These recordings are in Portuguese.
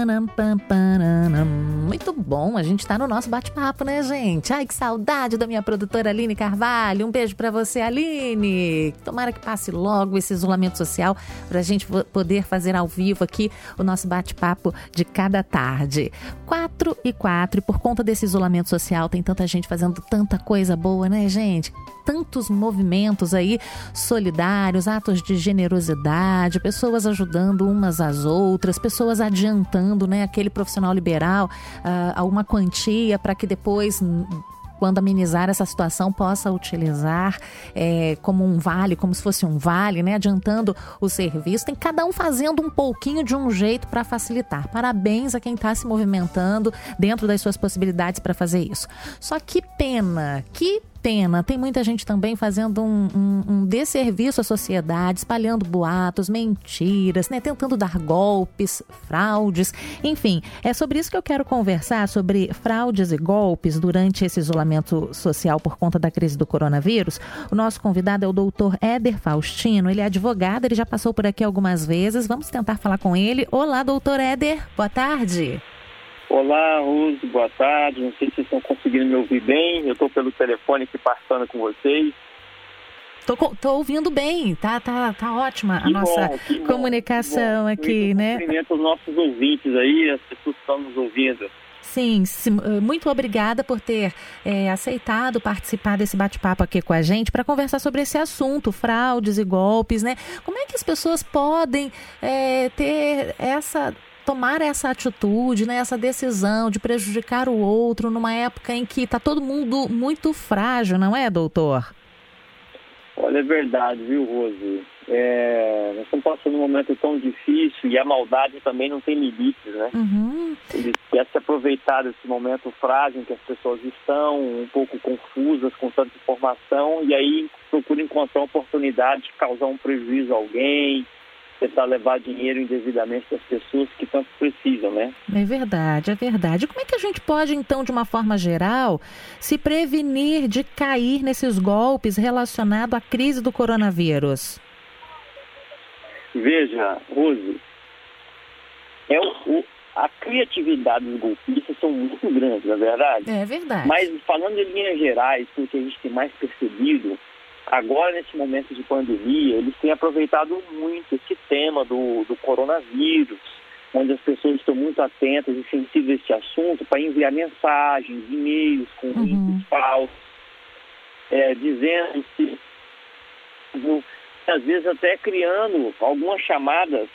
Muito bom, a gente tá no nosso bate-papo, né, gente? Ai, que saudade da minha produtora Aline Carvalho. Um beijo pra você, Aline. Tomara que passe logo esse isolamento social pra gente poder fazer ao vivo aqui o nosso bate-papo de cada tarde. 4:04, e por conta desse isolamento social tem tanta gente fazendo tanta coisa boa, né, gente? Tantos movimentos aí solidários, atos de generosidade, pessoas ajudando umas às outras, pessoas adiantando, né, aquele profissional liberal a uma quantia para que depois, quando amenizar essa situação, possa utilizar como um vale, como se fosse um vale, né, adiantando o serviço. Tem cada um fazendo um pouquinho de um jeito para facilitar. Parabéns a quem está se movimentando dentro das suas possibilidades para fazer isso. Só que pena, tem muita gente também fazendo um desserviço à sociedade, espalhando boatos, mentiras, né? Tentando dar golpes, fraudes, enfim. É sobre isso que eu quero conversar, sobre fraudes e golpes durante esse isolamento social por conta da crise do coronavírus. O nosso convidado é o doutor Éder Faustino, ele é advogado, ele já passou por aqui algumas vezes, vamos tentar falar com ele. Olá, doutor Éder, boa tarde. Olá, Rose, boa tarde. Não sei se vocês estão conseguindo me ouvir bem. Eu estou pelo telefone aqui passando com vocês. Tô ouvindo bem, tá ótima a nossa comunicação aqui, né? Cumprimento os nossos ouvintes aí, as pessoas que estão nos ouvindo. Sim, muito obrigada por ter aceitado participar desse bate-papo aqui com a gente para conversar sobre esse assunto, fraudes e golpes, né? Como é que as pessoas podem tomar essa atitude, né, essa decisão de prejudicar o outro numa época em que está todo mundo muito frágil, não é, doutor? Olha, é verdade, viu, Rose? Nós estamos passando um momento tão difícil e a maldade também não tem limites, né? Uhum. Eles querem se aproveitar desse momento frágil em que as pessoas estão um pouco confusas com tanta informação e aí procuram encontrar uma oportunidade de causar um prejuízo a alguém, tentar levar dinheiro indevidamente das pessoas que tanto precisam, né? É verdade. Como é que a gente pode, então, de uma forma geral, se prevenir de cair nesses golpes relacionados à crise do coronavírus? Veja, Rose, a criatividade dos golpistas são muito grandes, não é verdade? É verdade. Mas falando em linhas gerais, porque a gente tem mais percebido, agora, nesse momento de pandemia, eles têm aproveitado muito esse tema do coronavírus, onde as pessoas estão muito atentas e sensíveis a esse assunto para enviar mensagens, e-mails com links falsos, dizendo-se, às vezes até criando algumas chamadas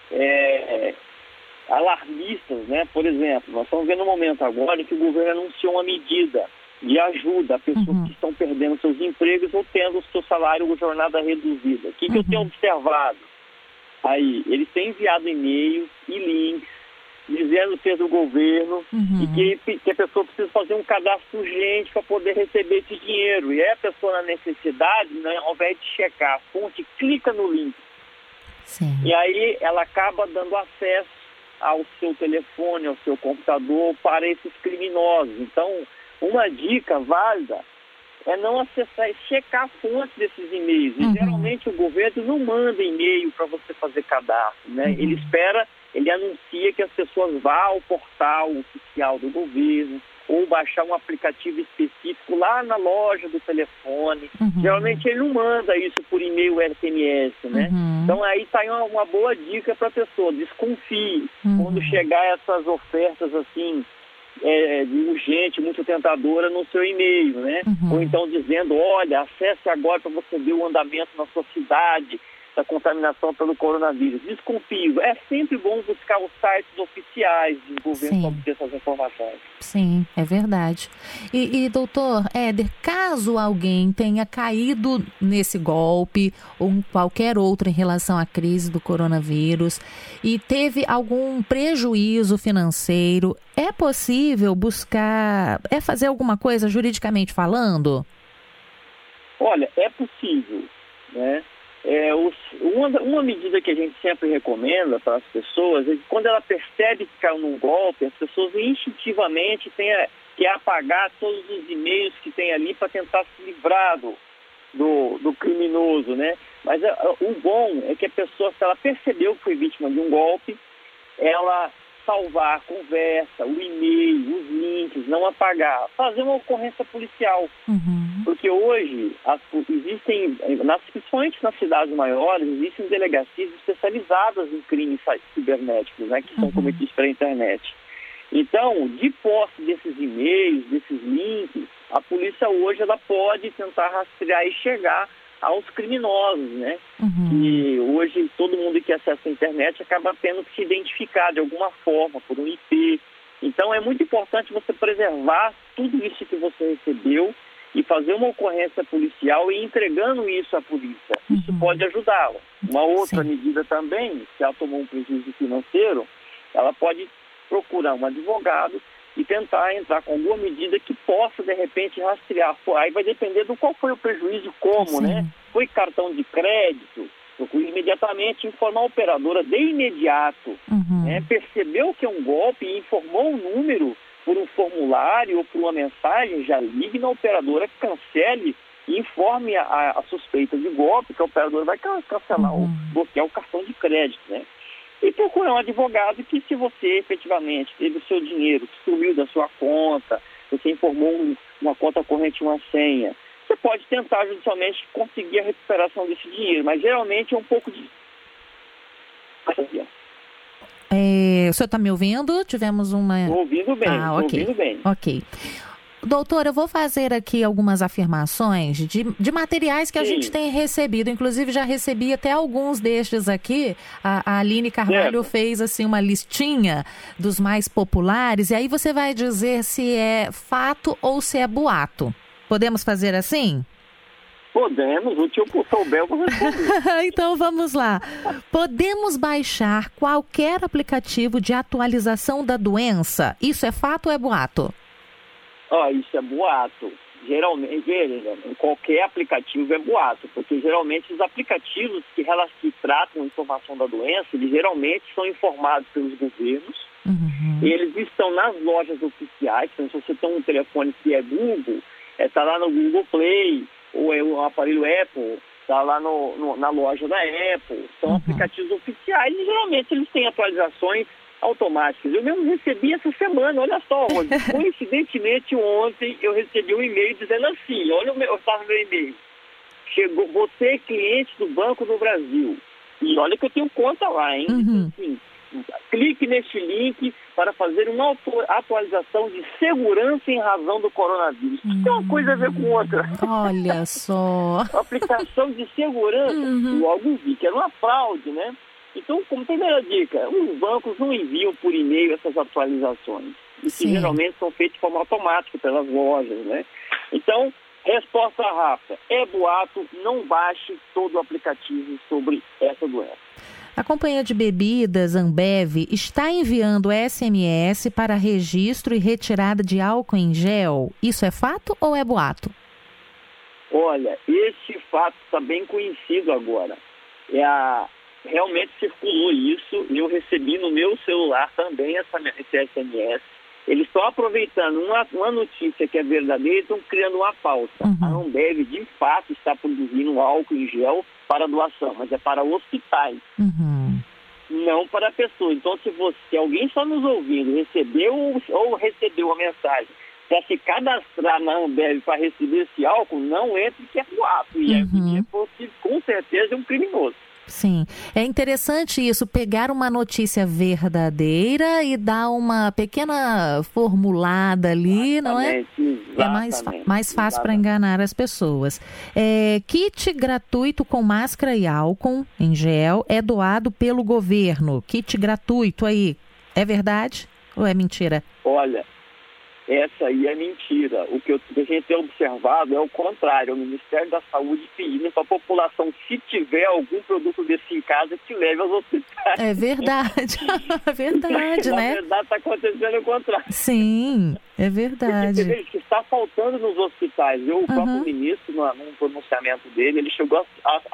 alarmistas, né? Por exemplo, nós estamos vendo um momento agora em que o governo anunciou uma medida de ajuda a pessoas que estão perdendo seus empregos ou tendo o seu salário ou jornada reduzida. O que eu tenho observado? Aí, eles têm enviado e-mails e links dizendo ser do governo e que a pessoa precisa fazer um cadastro urgente para poder receber esse dinheiro. E aí a pessoa na necessidade, né, ao invés de checar a fonte, clica no link. Sim. E aí ela acaba dando acesso ao seu telefone, ao seu computador para esses criminosos. Então, uma dica válida é não acessar e checar a fonte desses e-mails. E, geralmente o governo não manda e-mail para você fazer cadastro, né? Ele anuncia que as pessoas vá ao portal oficial do governo ou baixar um aplicativo específico lá na loja do telefone. Geralmente ele não manda isso por e-mail ou SMS, né? Então aí está uma boa dica para a pessoa, desconfie. Quando chegar essas ofertas assim, de urgente, muito tentadora no seu e-mail, né? Ou então dizendo, olha, acesse agora para você ver o andamento na sua cidade da contaminação pelo coronavírus. Desconfio. É sempre bom buscar os sites oficiais do governo para obter essas informações. Sim, é verdade. E doutor Éder, caso alguém tenha caído nesse golpe ou qualquer outro em relação à crise do coronavírus e teve algum prejuízo financeiro, é possível fazer alguma coisa juridicamente falando? Olha, é possível, né? Uma medida que a gente sempre recomenda para as pessoas é que quando ela percebe que caiu num golpe, as pessoas instintivamente têm que apagar todos os e-mails que tem ali para tentar se livrar do criminoso, né? Mas o bom é que a pessoa, se ela percebeu que foi vítima de um golpe, ela salvar a conversa, o e-mail, os links, não apagar, fazer uma ocorrência policial. Porque hoje, principalmente nas cidades maiores, existem delegacias especializadas em crimes cibernéticos, né, que são cometidos pela internet. Então, de posse desses e-mails, desses links, a polícia hoje ela pode tentar rastrear e chegar aos criminosos, né? E hoje todo mundo que acessa a internet acaba tendo que se identificar de alguma forma por um IP. Então é muito importante você preservar tudo isso que você recebeu e fazer uma ocorrência policial e entregando isso à polícia. Isso pode ajudá-la. Uma outra medida também, se ela tomou um prejuízo financeiro, ela pode procurar um advogado e tentar entrar com alguma medida que possa, de repente, rastrear. Aí vai depender do qual foi o prejuízo, como, né? Foi cartão de crédito, procure imediatamente informar a operadora de imediato. Né? Percebeu que é um golpe e informou o número por um formulário ou por uma mensagem, já ligue na operadora, cancele e informe a suspeita de golpe, que a operadora vai cancelar ou bloquear o cartão de crédito, né? E procurar um advogado que, se você efetivamente teve o seu dinheiro que sumiu da sua conta, você informou uma conta corrente, uma senha, você pode tentar judicialmente conseguir a recuperação desse dinheiro, mas geralmente é um pouco de... O senhor está me ouvindo? Tivemos uma... Estou ouvindo bem, ouvindo bem. Ok. Doutor, eu vou fazer aqui algumas afirmações de materiais que a gente tem recebido. Inclusive, já recebi até alguns destes aqui. A Aline Carvalho fez assim uma listinha dos mais populares. E aí você vai dizer se é fato ou se é boato. Podemos fazer assim? Podemos, o tio souber, eu vou responder. Então vamos lá. Podemos baixar qualquer aplicativo de atualização da doença? Isso é fato ou é boato? Isso é boato. Geralmente, qualquer aplicativo é boato, porque geralmente os aplicativos que tratam a informação da doença, eles geralmente são informados pelos governos, eles estão nas lojas oficiais. Então, se você tem um telefone que é Google, está lá no Google Play, ou é um aparelho Apple, está lá na loja da Apple. São aplicativos oficiais e geralmente eles têm atualizações automáticas. Eu mesmo recebi essa semana, olha só, coincidentemente ontem eu recebi um e-mail dizendo assim, olha eu estava no meu e-mail, chegou, você é cliente do Banco do Brasil, e olha que eu tenho conta lá, hein? Assim, clique neste link para fazer uma atualização de segurança em razão do coronavírus. Isso tem uma coisa a ver com outra. Olha só. Aplicação de segurança, logo vi que era uma fraude, né? Então, como primeira dica, os bancos não enviam por e-mail essas atualizações, que geralmente são feitas de forma automática pelas lojas, né? Então, resposta rápida, é boato, não baixe todo o aplicativo sobre essa doença. A Companhia de Bebidas, Ambev, está enviando SMS para registro e retirada de álcool em gel. Isso é fato ou é boato? Olha, esse fato está bem conhecido agora. Realmente circulou isso, e eu recebi no meu celular também esse SMS. Eles estão aproveitando uma notícia que é verdadeira e estão criando uma falsa. A Ambev, de fato, está produzindo álcool em gel para doação, mas é para hospitais, não para pessoas. Então, se alguém está nos ouvindo, recebeu uma mensagem para se cadastrar na Ambev para receber esse álcool, não entre que é boato. E com certeza é um criminoso. Sim, é interessante isso, pegar uma notícia verdadeira e dar uma pequena formulada ali, não é? É mais fácil para enganar as pessoas. Kit gratuito com máscara e álcool em gel é doado pelo governo. Kit gratuito aí, é verdade ou é mentira? Olha, essa aí é mentira. O que a gente tem observado é o contrário. O Ministério da Saúde pedindo para a população, se tiver algum produto desse em casa, que leve aos hospitais. É verdade. É verdade, né? Na verdade, está acontecendo o contrário. Sim, é verdade. Porque está faltando nos hospitais. O próprio ministro, num pronunciamento dele, ele chegou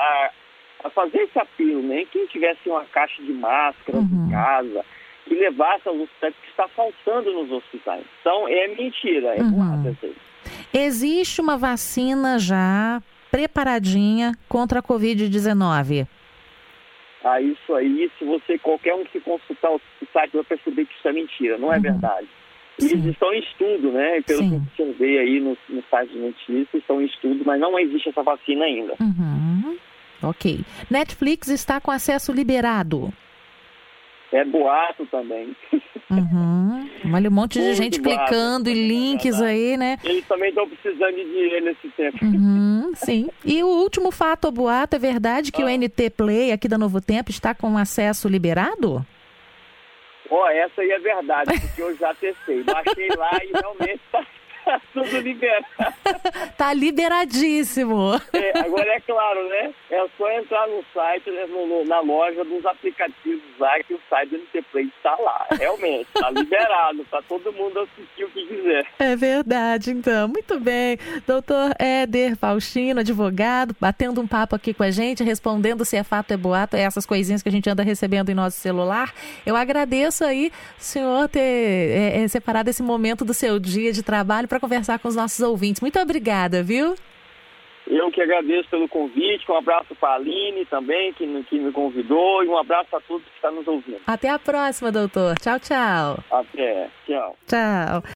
a fazer esse apelo, né? Quem tivesse uma caixa de máscara em casa, que levasse aos hospitais, que está faltando nos hospitais. Então, é mentira, é boato. Existe uma vacina já preparadinha contra a Covid-19? a isso aí. Se qualquer um que consultar o site vai perceber que isso é mentira, não é verdade. Eles estão em estudo, né? Pelo que eu observei aí no site de dentistas, estão em estudo, mas não existe essa vacina ainda. Ok. Netflix está com acesso liberado. É boato também. Olha, um monte de gente boato, clicando em links aí, né? Eles também estão precisando de dinheiro nesse tempo. Sim. E o último fato ou boato, é verdade que o NT Play aqui da Novo Tempo está com acesso liberado? Essa aí é verdade, porque eu já testei. Baixei lá e realmente tá tudo liberado. Tá liberadíssimo. Agora é claro, né? É só entrar no site, né, na loja dos aplicativos lá, que o site do NT Play está lá. Realmente, tá liberado, tá todo mundo assistir o que quiser. É verdade, então. Muito bem. Doutor Éder Faustino, advogado, batendo um papo aqui com a gente, respondendo se é fato, é boato, essas coisinhas que a gente anda recebendo em nosso celular. Eu agradeço aí o senhor ter separado esse momento do seu dia de trabalho para conversar com os nossos ouvintes. Muito obrigada, viu? Eu que agradeço pelo convite, um abraço para a Aline também, que me convidou, e um abraço a todos que estão nos ouvindo. Até a próxima, doutor. Tchau, tchau. Até. Tchau. Tchau.